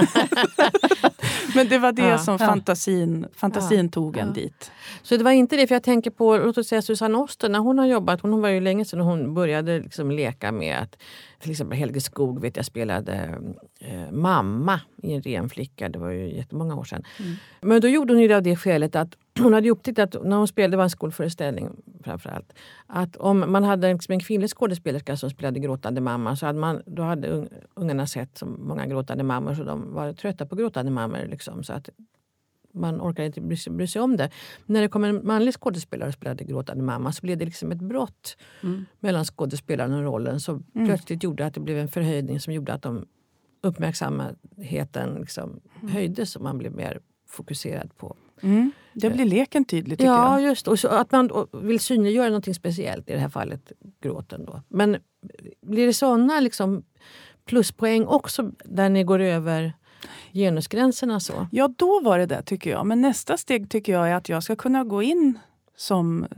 men det var det ja, som ja. fantasin, fantasin ja, tog en ja. dit. Så det var inte det, för jag tänker på, låt oss säga Susanne Oster, när hon har jobbat, hon var ju länge sedan hon började liksom leka med att, till exempel Helge Skog vet jag spelade eh, mamma i En ren flicka, det var ju jättemånga år sedan. Mm. Men då gjorde hon ju det av det skälet att hon hade upptäckt att när hon spelade, det var en skolföreställning framförallt, att om man hade liksom en kvinnlig skådespelerska som spelade gråtande mamma, så hade man, då hade ungarna sett så många gråtande mammor så de var trötta på gråtande mammor liksom, så att man orkade inte bry sig, bry sig om det. Men när det kom en manlig skådespelare och spelade gråtande mamma så blev det liksom ett brott mm. mellan skådespelaren och rollen, så mm. plötsligt gjorde att det blev en förhöjning som gjorde att de uppmärksamheten liksom mm. höjdes och man blev mer fokuserad på. Mm. Det blir leken tydligt tycker ja, jag. Ja, just. Och så att man vill synliggöra något speciellt, i det här fallet gråten då. Men blir det sådana liksom pluspoäng också där ni går över genusgränserna så? Ja, då var det det tycker jag. Men nästa steg tycker jag är att jag ska kunna gå in som...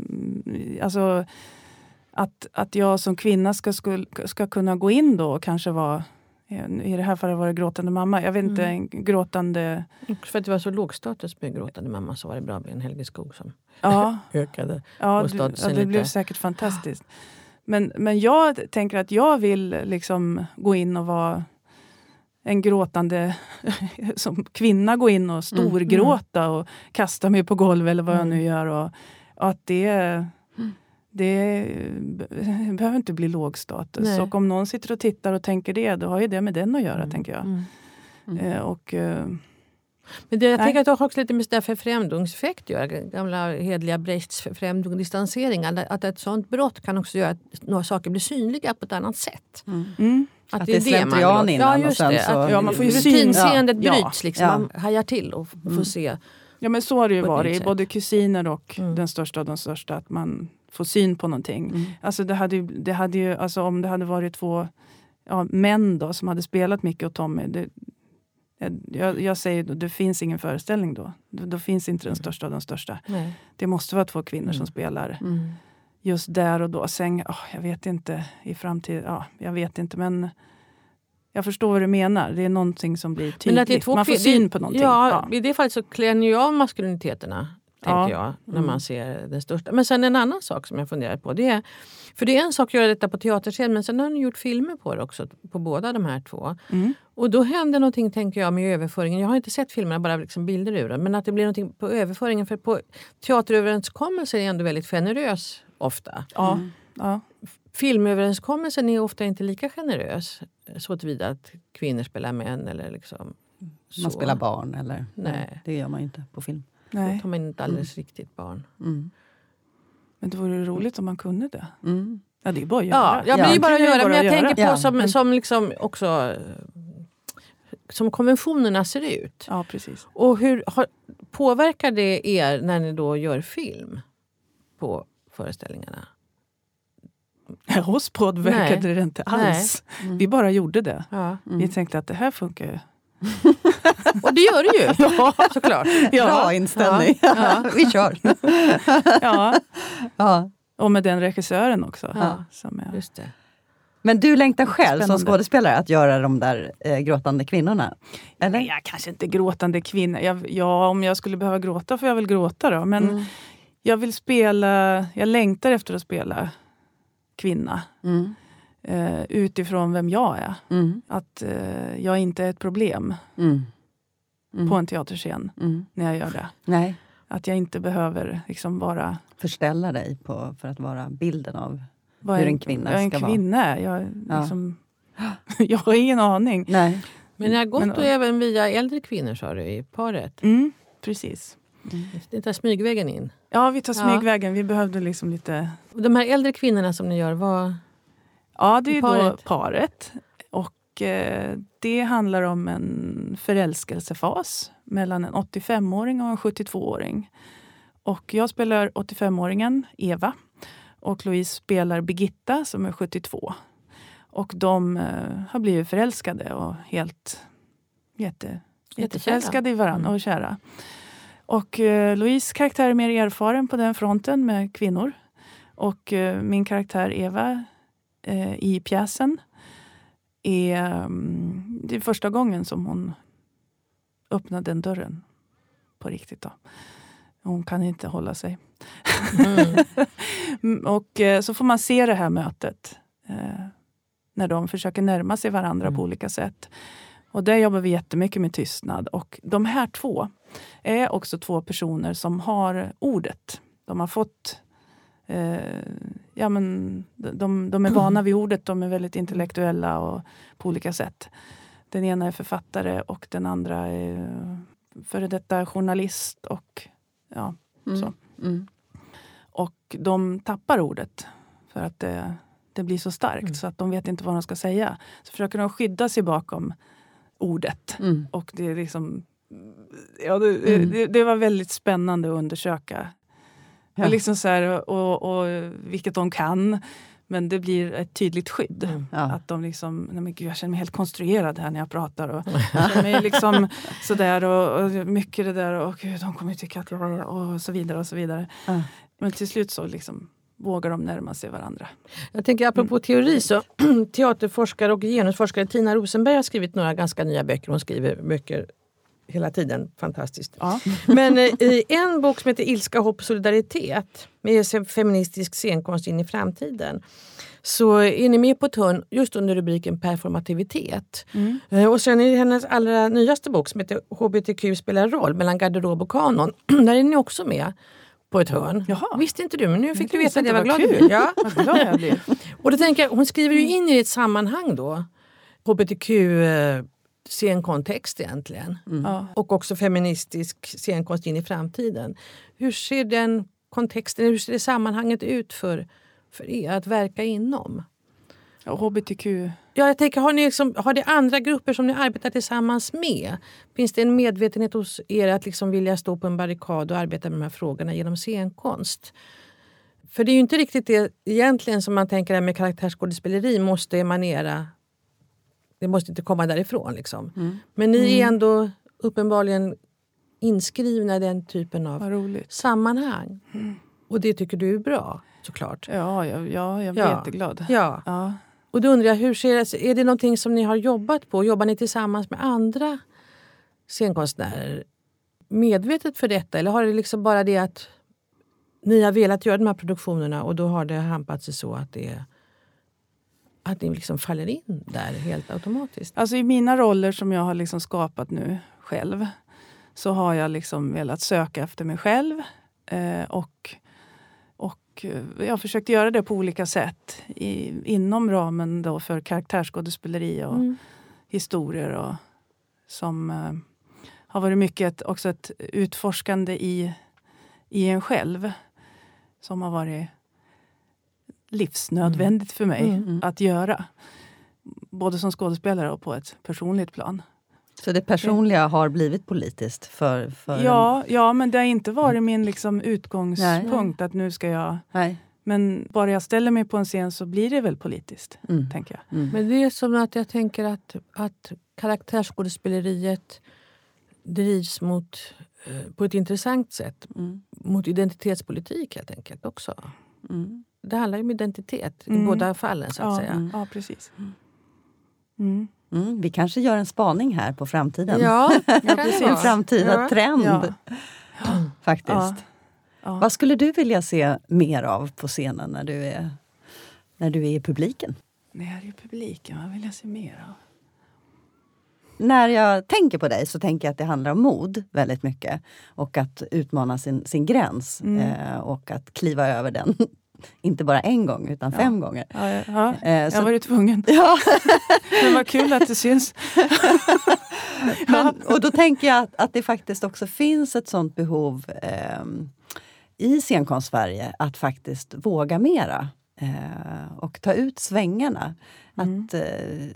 Alltså att, att jag som kvinna ska, ska, ska kunna gå in då och kanske vara... I det här fallet var det gråtande mamma. Jag vet inte, mm. gråtande... För att det var så låg status med gråtande mamma så var det bra med en Helge Skog som ja. ökade ja, du, ja, det lite. Blev säkert fantastiskt. Men, men jag tänker att jag vill liksom gå in och vara en gråtande som kvinna, gå in och storgråta mm. och kasta mig på golvet eller vad mm. jag nu gör. Och, och att det... Mm. Det behöver inte bli låg status. Nej. Och om någon sitter och tittar och tänker det, då har ju det med den att göra, mm. tänker jag. Mm. Mm. Eh, och, eh, Men det, jag nej. tänker att det har också lite med förfrämdungseffekt att göra. Gamla hedliga Brechts förfrämdung och distansering. Att ett sånt brott kan också göra att några saker blir synliga på ett annat sätt. Mm. Mm. Att, att det är slentrian innan ja, och sen det, så... Att, ja, man får ju rutinseendet ja. bryts liksom. Ja. Man hajar till och får mm. se. Ja, men så har det ju varit. Både kusiner och mm. den största och den största. Att man får syn på någonting. Mm. Alltså det hade ju, det hade ju, alltså om det hade varit två ja, män då som hade spelat Micke och Tommy. Det, jag, jag säger då, det finns ingen föreställning då. Då, då finns inte den största och den största. Nej. Det måste vara två kvinnor mm. som spelar. Mm. Just där och då. Sen, oh, jag vet inte i framtiden. Ja, jag vet inte men... Jag förstår vad du menar. Det är någonting som blir tydligt. Man får syn på någonting. Ja, ja. I det fallet så klär ju av maskuliniteterna. Tänker ja. jag, när man ser den största. Men sen en annan sak som jag funderar på. Det är, för det är en sak att göra detta på teaterscen. Men sen har ni gjort filmer på det också. På båda de här två. Mm. Och då händer någonting, tänker jag, med överföringen. Jag har inte sett filmerna, bara liksom bilder ur den. Men att det blir någonting på överföringen. För på teateröverenskommelser är ändå väldigt generös ofta. Ja. Mm. Ja. Filmöverenskommelsen är ofta inte lika generös. Så tillvida att kvinnor spelar män eller liksom... Så. Man spelar barn eller... Nej. Det gör man ju inte på film. Nej. Då tar man inte alldeles mm. riktigt barn. Mm. Men det vore roligt om man kunde det. Mm. Ja, det är bara att göra. Ja, ja, det är ju bara att göra. Men jag tänker på ja. som, som liksom också... Som konventionerna ser ut. Ja, precis. Och hur har, påverkar det er när ni då gör film på föreställningarna? Hos oss påverkade det inte alls. Mm. Vi bara gjorde det. Ja. Mm. Vi tänkte att det här funkar ju. Och det gör det ju. Ja, såklart. Ja. Bra inställning. Ja. Ja. Vi kör. Ja. Ja. Och med den regissören också. Ja. Som är... Just det. Men du längtar själv Spännande. som skådespelare att göra de där eh, gråtande kvinnorna? Eller? Nej, jag kanske inte gråtande kvinnor. Jag, ja, om jag skulle behöva gråta får jag väl gråta då. Men mm. jag vill spela, jag längtar efter att spela kvinna. Mm. Uh, utifrån vem jag är. Mm. Att uh, jag inte är ett problem mm. Mm. på en teaterscen mm. när jag gör det. Nej. Att jag inte behöver liksom vara... Förställa dig på, för att vara bilden av hur en, en kvinna ska vara. Jag är en kvinna. Jag, ja. liksom, jag har ingen aning. Nej. Men det har gått Men, och även via äldre kvinnor, sa du, i paret. Mm, precis. Mm. Det tar smygvägen in. Ja, vi tar smygvägen. Ja. Vi behövde liksom lite... Och de här äldre kvinnorna som ni gör, vad... Ja, det är paret. då paret. Och eh, det handlar om en förälskelsefas mellan en åttiofemåring och en sjuttiotvååring. Och jag spelar åttiofemåringen, Eva. Och Louise spelar Birgitta som är sjuttiotvå. Och de eh, har blivit förälskade och helt jätte, jätteförälskade i varandra och kära. Och eh, Louise karaktär är mer erfaren på den fronten med kvinnor. Och eh, min karaktär Eva eh, i pjäsen är um, det är första gången som hon öppnade den dörren på riktigt då. Hon kan inte hålla sig. Mm. Och eh, så får man se det här mötet eh, när de försöker närma sig varandra mm. på olika sätt. Och där jobbar vi jättemycket med tystnad. Och de här två är också två personer som har ordet. De har fått... Eh, ja, men de, de är vana vid ordet. De är väldigt intellektuella och på olika sätt. Den ena är författare och den andra är före detta journalist. Och ja, mm. så. Mm. Och de tappar ordet för att det, det blir så starkt. Mm. Så att de vet inte vad de ska säga. Så försöker de skydda sig bakom ordet. Mm. Och det är liksom... Ja, det, mm. det, det var väldigt spännande att undersöka. Ja. Liksom så här, och, och vilket de kan. Men det blir ett tydligt skydd. Mm. Ja. Att de liksom, nej men gud, jag känner mig helt konstruerad här när jag pratar. Och jag känner mig liksom sådär och, och mycket det där. Och gud, de kommer tycka att jag är, och så vidare och så vidare. Ja. Men till slut så liksom vågar de närma sig varandra. Jag tänker apropå mm. teori så teaterforskare och genusforskare Tina Rosenberg har skrivit några ganska nya böcker. Hon skriver böcker hela tiden. Fantastiskt. Ja. Men i en bok som heter Ilska, hopp och solidaritet med feministisk scenkonst in i framtiden så är ni med på ett hörn just under rubriken performativitet. Mm. Och sen är det hennes allra nyaste bok som heter H B T Q spelar roll mellan garderob och kanon. Där är ni också med på ett hörn. Jaha. Visste inte du, men nu fick du veta att jag var glad. Kul. Ja. Vad glad jag blir. Och då tänker jag, hon skriver ju in i ett sammanhang då. H B T Q scenkontext egentligen. Mm. Och också feministisk scenkonst in i framtiden. Hur ser den kontexten, hur ser det sammanhanget ut för, för er att verka inom? Ja, H B T Q. Ja, jag tänker, har ni liksom, har det andra grupper som ni arbetar tillsammans med? Finns det en medvetenhet hos er att liksom vilja stå på en barrikad och arbeta med de här frågorna genom scenkonst? För det är ju inte riktigt det egentligen som man tänker med karaktärsskådespeleri måste emanera. Det måste inte komma därifrån liksom. Mm. Men ni är ändå uppenbarligen inskrivna i den typen av sammanhang. Mm. Och det tycker du är bra, såklart. Ja, ja, ja jag blir ja. jätteglad. Ja. Ja. Och då undrar jag, hur ser det, är det någonting som ni har jobbat på? Jobbar ni tillsammans med andra scenkonstnärer medvetet för detta? Eller har det liksom bara det att ni har velat göra de här produktionerna och då har det hampat sig så att det är att ni liksom faller in där helt automatiskt? Alltså i mina roller som jag har liksom skapat nu själv så har jag liksom velat söka efter mig själv eh, och, och jag har försökt göra det på olika sätt i, inom ramen då för karaktärsskådespeleri och mm. historier och som eh, har varit mycket ett, också ett utforskande i, i en själv som har varit livsnödvändigt för mig mm. Mm. att göra. Både som skådespelare och på ett personligt plan. Så det personliga har blivit politiskt för... för ja, en... ja, men det har inte varit min liksom utgångspunkt Nej. Att nu ska jag... Nej. Men bara jag ställer mig på en scen så blir det väl politiskt, mm. tänker jag. Mm. Men det är som att jag tänker att, att karaktärsskådespeleriet drivs mot, eh, på ett intressant sätt mm. mot identitetspolitik helt enkelt också. Mm. Det handlar ju om identitet mm. i båda fallen så att ja, säga. Mm. Ja, precis. Mm. Mm, vi kanske gör en spaning här på framtiden. Ja, ja precis. En framtida ja. trend. Ja. Ja. Faktiskt. Ja. Ja. Vad skulle du vilja se mer av på scenen när du är, när du är i publiken? När jag är i publiken, vad vill jag se mer av? När jag tänker på dig så tänker jag att det handlar om mod väldigt mycket. Och att utmana sin, sin gräns. Mm. Eh, och att kliva över den. Inte bara en gång utan ja. fem gånger. Ja, ja, ja. Eh, så, jag var ju tvungen. Ja. Det var kul att det syns. Men, och då tänker jag att, att det faktiskt också finns ett sånt behov eh, i scenkonst-Sverige att faktiskt våga mera. Eh, och ta ut svängarna. Mm. Att... Eh,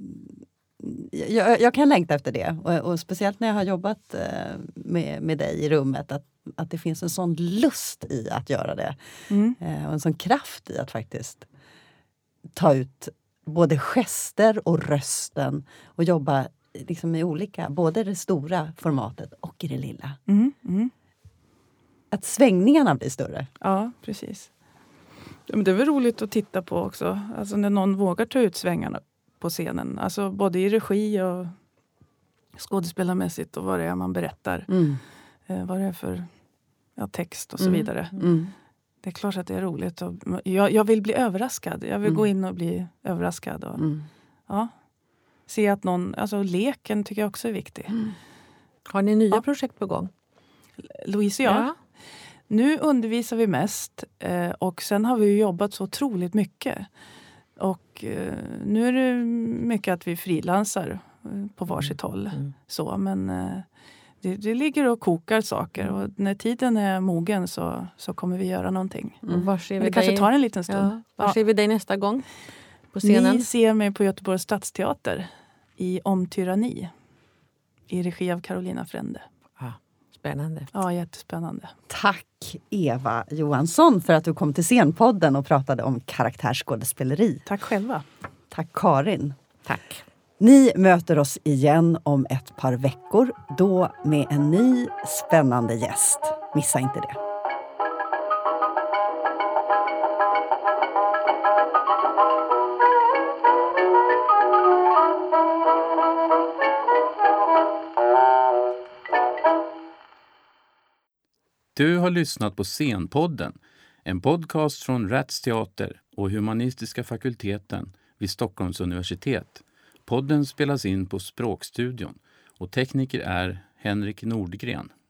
Jag, jag kan längta efter det och, och speciellt när jag har jobbat eh, med, med dig i rummet att, att det finns en sån lust i att göra det mm. eh, och en sån kraft i att faktiskt ta ut både gester och rösten och jobba liksom i olika, både det stora formatet och i det lilla. Mm, mm. Att svängningarna blir större. Ja, precis. Ja, men det är väl roligt att titta på också. Alltså när någon vågar ta ut svängarna på scenen. Alltså både i regi och skådespelarmässigt och vad det är man berättar. Mm. Eh, vad det är för ja, text och så Mm. vidare. Mm. Det är klart att det är roligt. Och jag, jag vill bli överraskad. Jag vill Mm. gå in och bli överraskad. Och, Mm. ja, se att någon... Alltså leken tycker jag också är viktig. Mm. Har ni nya Ja. projekt på gång? Louise och jag. Nu undervisar vi mest. Eh, och sen har vi ju jobbat så otroligt mycket. Och eh, nu är det mycket att vi frilansar eh, på varsitt håll. Mm. Så, men eh, det, det ligger och kokar saker. Och när tiden är mogen så, så kommer vi göra någonting. Och var ser Men vi det kanske dig? tar en liten stund. Ja. Var Ja. ser vi dig nästa gång? På scenen? Ni ser mig på Göteborgs stadsteater i Om tyranni. I regi av Carolina Frände. Ja, spännande. Ja, jättespännande. Tack Eva Johansson för att du kom till Scenpodden och pratade om karaktärsskådespeleri. Tack själva. Tack Karin. Tack. Ni möter oss igen om ett par veckor, då med en ny spännande gäst. Missa inte det. Du har lyssnat på Scenpodden, en podcast från Rats Teater och Humanistiska fakulteten vid Stockholms universitet. Podden spelas in på Språkstudion och tekniker är Henrik Nordgren.